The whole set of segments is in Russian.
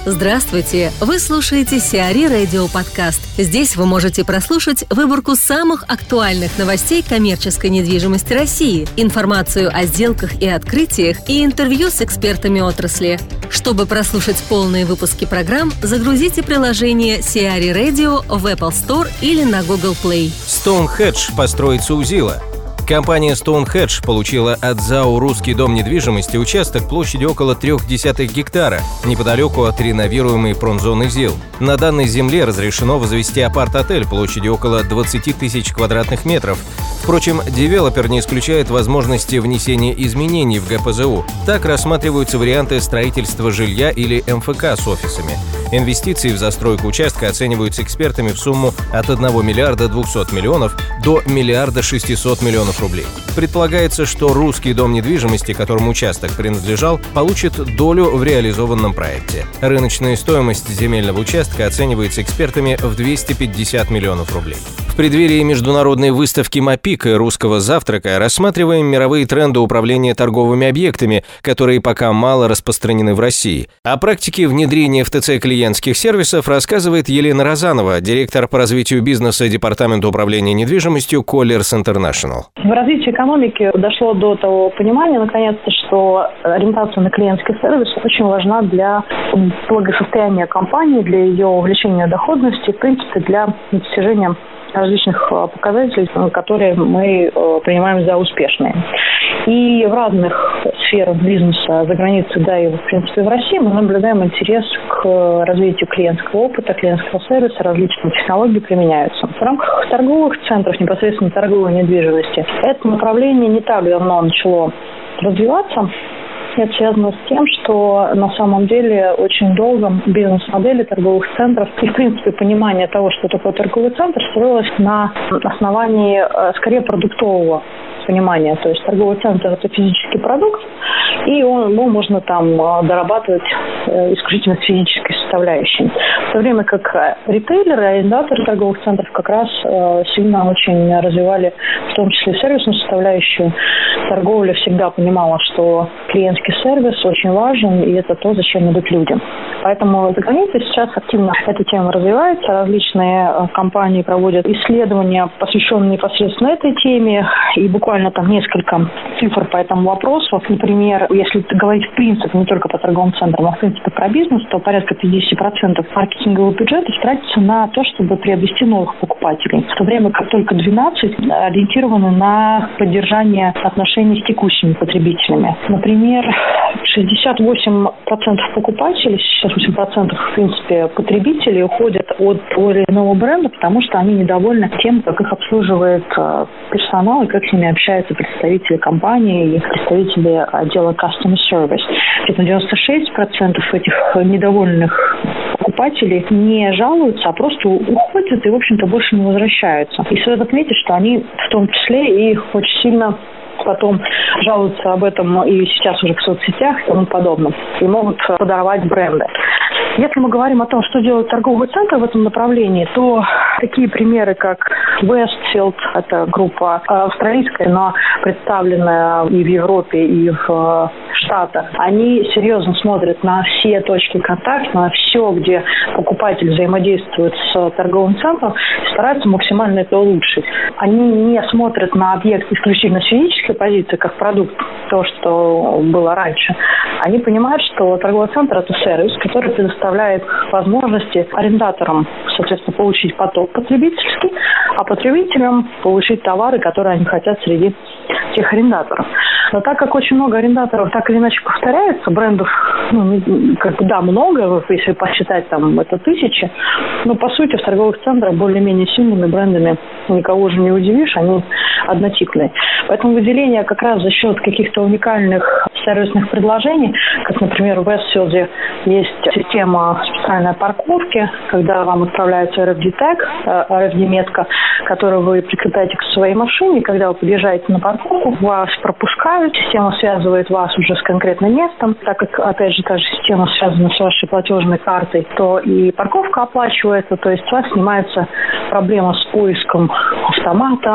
Здравствуйте! Вы слушаете CRE Radio подкаст. Здесь вы можете прослушать выборку самых актуальных новостей коммерческой недвижимости России, информацию о сделках и открытиях и интервью с экспертами отрасли. Чтобы прослушать полные выпуски программ, загрузите приложение CRE Radio в Apple Store или на Google Play. Stonehedge построится у ЗИЛа. Компания Stonehedge получила от ЗАО «Русский дом недвижимости» участок площадью около 0,3 гектара, неподалеку от реновируемой промзоны ЗИЛ. На данной земле разрешено возвести апарт-отель площадью около 20 тысяч квадратных метров. Впрочем, девелопер не исключает возможности внесения изменений в ГПЗУ. Так рассматриваются варианты строительства жилья или МФК с офисами. Инвестиции в застройку участка оцениваются экспертами в сумму от 1 миллиарда 200 миллионов до 1 миллиарда 600 миллионов рублей. Предполагается, что «Русский дом недвижимости», которому участок принадлежал, получит долю в реализованном проекте. Рыночная стоимость земельного участка оценивается экспертами в 250 миллионов рублей. В преддверии международной выставки МАПИК и русского завтрака рассматриваем мировые тренды управления торговыми объектами, которые пока мало распространены в России. О практике внедрения в ТЦ клиентских сервисов рассказывает Елена Розанова, директор по развитию бизнеса Департамента управления недвижимостью Colliers International. В развитии экономики дошло до того понимания, наконец-то, что ориентация на клиентский сервис очень важна для благосостояния компании, для ее увеличения доходности, в принципе, для достижения различных показателей, которые мы принимаем за успешные. И в разных сферах бизнеса за границей, да и, в принципе, в России мы наблюдаем интерес к развитию клиентского опыта, клиентского сервиса, различные технологии применяются. В рамках торговых центров, непосредственно торговой недвижимости, это направление не так давно начало развиваться. Это связано с тем, что на самом деле очень долго бизнес-модели торговых центров и, в принципе, понимание того, что такое торговый центр, строилось на основании, скорее, продуктового понимания. То есть торговый центр – это физический продукт, и его можно там дорабатывать исключительно с физической составляющей. В то время как ритейлеры, арендаторы торговых центров как раз сильно очень развивали, в том числе сервисную составляющую. Торговля всегда понимала, что клиентский сервис очень важен, и это то, зачем идут люди. Поэтому за границей сейчас активно эта тема развивается. Различные компании проводят исследования, посвященные непосредственно этой теме, и буквально там несколько цифр по этому вопросу. Например, если говорить в принципе не только по торговым центрам, а в принципе про бизнес, то порядка 50% маркетингового бюджета тратится на то, чтобы приобрести новых покупателей. В то время как только 12% ориентированы на поддержание отношений с текущими потребителями. Например, 68% покупателей, 68% в принципе потребителей уходят от того или иного бренда, потому что они недовольны тем, как их обслуживает персонал и как с ними общаются представители компании и представители отдела Customer Service. Где-то 96% этих недовольных покупателей не жалуются, а просто уходят и, в общем-то, больше не возвращаются. И стоит отметить, что они в том числе и очень сильно потом жалуются об этом и сейчас уже в соцсетях и тому подобном, и могут подорвать бренды. Если мы говорим о том, что делают торговые центры в этом направлении, то такие примеры, как Westfield, это группа австралийская, но представленная и в Европе, и в Штатах, они серьезно смотрят на все точки контакта, на все, где покупатель взаимодействует с торговым центром, и стараются максимально это улучшить. Они не смотрят на объект исключительно с физической позиции, как продукт, то, что было раньше. Они понимают, что торговый центр – это сервис, который предоставляет возможности арендаторам, соответственно, получить поток потребительский, а потребителям получить товары, которые они хотят среди тех арендаторов. Но так как очень много арендаторов так или иначе повторяется, брендов, много, если посчитать, там, это тысячи, но, по сути, в торговых центрах более-менее сильными брендами никого уже не удивишь, они однотипные. Поэтому выделение как раз за счет каких-то уникальных сервисных предложений, как, например, в Westfield есть система специальной парковки, когда вам отправляется RFD-тег, RFD-метка, которую вы прикрепляете к своей машине. Когда вы подъезжаете на парковку, вас пропускают, система связывает вас уже с конкретным местом. Так как, опять же, та же система связана с вашей платежной картой, то и парковка оплачивается, то есть у вас снимается проблема с поиском автомата,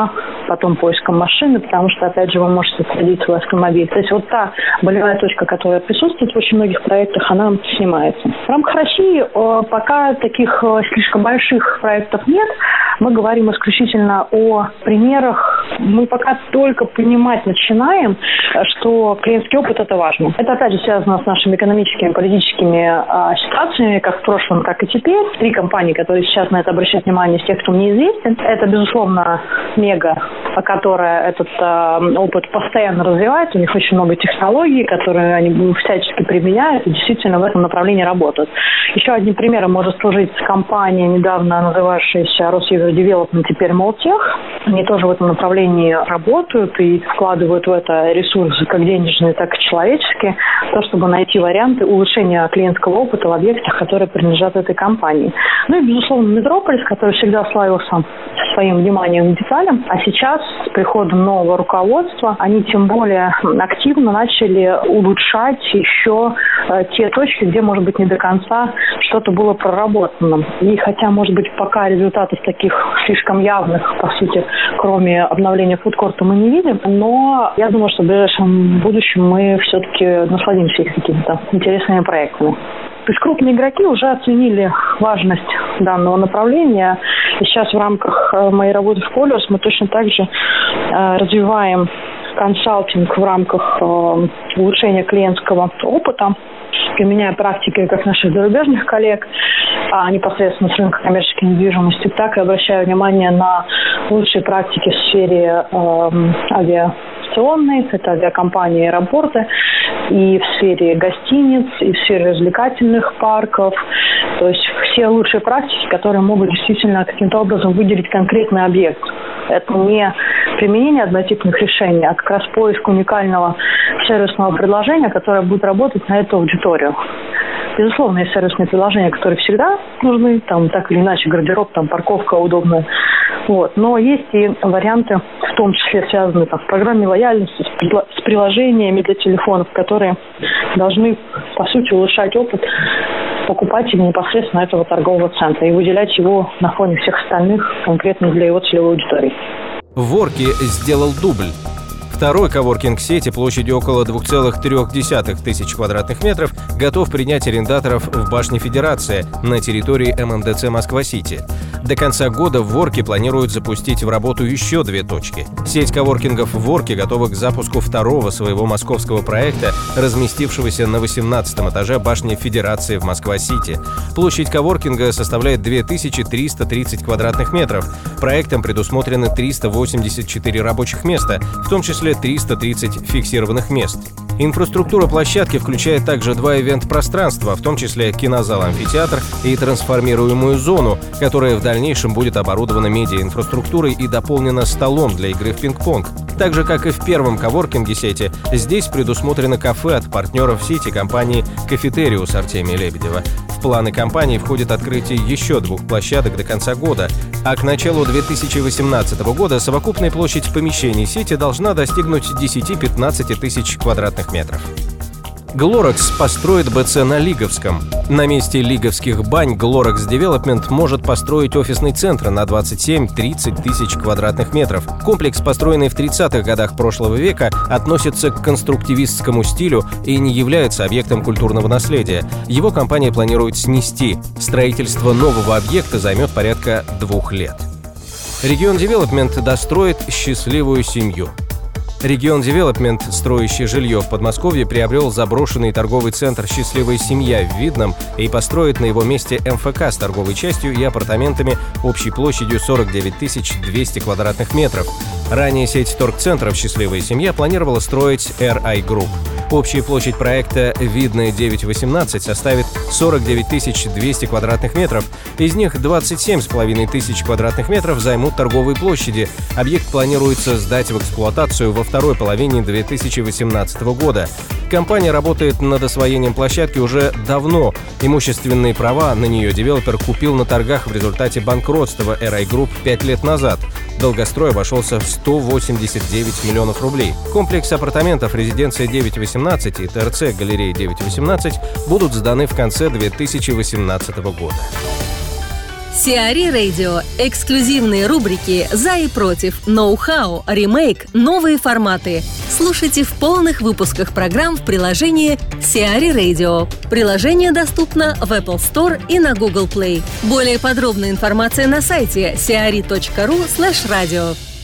потом поиском машины, потому что, опять же, вы можете садить свой автомобиль. То есть вот та болевая точка, которая присутствует в очень многих проектах, она снимается. В рамках России пока таких слишком больших проектов нет. Мы говорим исключительно о примерах. Мы пока только понимать начинаем, что клиентский опыт – это важно. Это, опять же, связано с нашими экономическими, политическими ситуациями, как в прошлом, так и теперь. 3 компании, которые сейчас на это обращают внимание, из тех, кто мне известен. Это, безусловно, Мега, которая этот опыт постоянно развивает. У них очень много технологий, которые они всячески применяют и действительно в этом направлении работают. Еще одним примером может служить компания, недавно называвшаяся Росюзердевелопмент, теперь Молтех. Они тоже в этом направлении работают и вкладывают в это ресурсы как денежные, так и человеческие, то, чтобы найти варианты улучшения клиентского опыта в объектах, которые принадлежат этой компании. Ну и, безусловно, Метрополис, который всегда славился своим вниманием к деталям, а сейчас с приходом нового руководства они тем более активно начали улучшать еще те точки, где, может быть, не до конца что-то было проработано. И хотя, может быть, пока результатов таких слишком явных, по сути, кроме обновления фудкорта, мы не видим, но я думаю, что в ближайшем будущем мы все-таки насладимся их какими-то интересными проектами. То есть крупные игроки уже оценили важность данного направления. И сейчас в рамках моей работы в Colliers мы точно так же развиваем консалтинг в рамках улучшения клиентского опыта, применяя практики как наших зарубежных коллег, непосредственно с рынка коммерческой недвижимости, так и обращаю внимание на лучшие практики в сфере авиационной, это авиакомпании и аэропорты, и в сфере гостиниц, и в сфере развлекательных парков. То есть все лучшие практики, которые могут действительно каким-то образом выделить конкретный объект. Это не применение однотипных решений, а как раз поиск уникального сервисного предложения, которое будет работать на эту аудиторию. Безусловно, есть сервисные предложения, которые всегда нужны, там так или иначе гардероб, там парковка удобная. Вот. Но есть и варианты, в том числе связанные там, с программой лояльности, с приложениями для телефонов, которые должны, по сути, улучшать опыт покупателя непосредственно этого торгового центра и выделять его на фоне всех остальных конкретно для его целевой аудитории. Ворки сделал дубль. Второй коворкинг сети площадью около 2,3 тысяч квадратных метров готов принять арендаторов в башне Федерация на территории ММДЦ Москва-Сити. До конца года Ворки планируют запустить в работу еще 2 точки. Сеть коворкингов Ворки готова к запуску второго своего московского проекта, разместившегося на 18-м этаже башни Федерации в Москва-Сити. Площадь коворкинга составляет 2330 квадратных метров. Проектом предусмотрены 384 рабочих места, в том числе 330 фиксированных мест. Инфраструктура площадки включает также 2 ивент-пространства, в том числе кинозал-амфитеатр и трансформируемую зону, которая в дальнейшем будет оборудована медиаинфраструктурой и дополнена столом для игры в пинг-понг. Так же, как и в первом коворкинге сети, здесь предусмотрено кафе от партнеров сети компании «Кафетериус» Артемия Лебедева. В планы компании входит открытие еще 2 площадок до конца года, а к началу 2018 года совокупная площадь помещений сети должна достигнуть 10-15 тысяч квадратных метров. Глоракс построит БЦ на Лиговском. На месте Лиговских бань Глоракс Девелопмент может построить офисный центр на 27-30 тысяч квадратных метров. Комплекс, построенный в 30-х годах прошлого века, относится к конструктивистскому стилю и не является объектом культурного наследия. Его компания планирует снести. Строительство нового объекта займет порядка 2 лет. Регион Девелопмент достроит счастливую семью. Регион Девелопмент, строящий жилье в Подмосковье, приобрел заброшенный торговый центр «Счастливая семья» в Видном и построит на его месте МФК с торговой частью и апартаментами общей площадью 49 200 квадратных метров. Ранее сеть торгцентров «Счастливая семья» планировала строить RI Group. Общая площадь проекта «Видное 9/18» составит 49 200 квадратных метров. Из них 27,5 тысяч квадратных метров займут торговые площади. Объект планируется сдать в эксплуатацию во второй половине 2018 года. Компания работает над освоением площадки уже давно. Имущественные права на нее девелопер купил на торгах в результате банкротства RI Group 5 лет назад. Долгострой обошелся в 189 миллионов рублей. Комплекс апартаментов «Резиденция 9/18» и ТРЦ «Галерея 9/18» будут сданы в конце 2018 года. Сиари Radio. Эксклюзивные рубрики «За и против», «Ноу-хау», «Ремейк», «Новые форматы». Слушайте в полных выпусках программ в приложении Сиари Radio. Приложение доступно в Apple Store и на Google Play. Более подробная информация на сайте siari.ru/radio.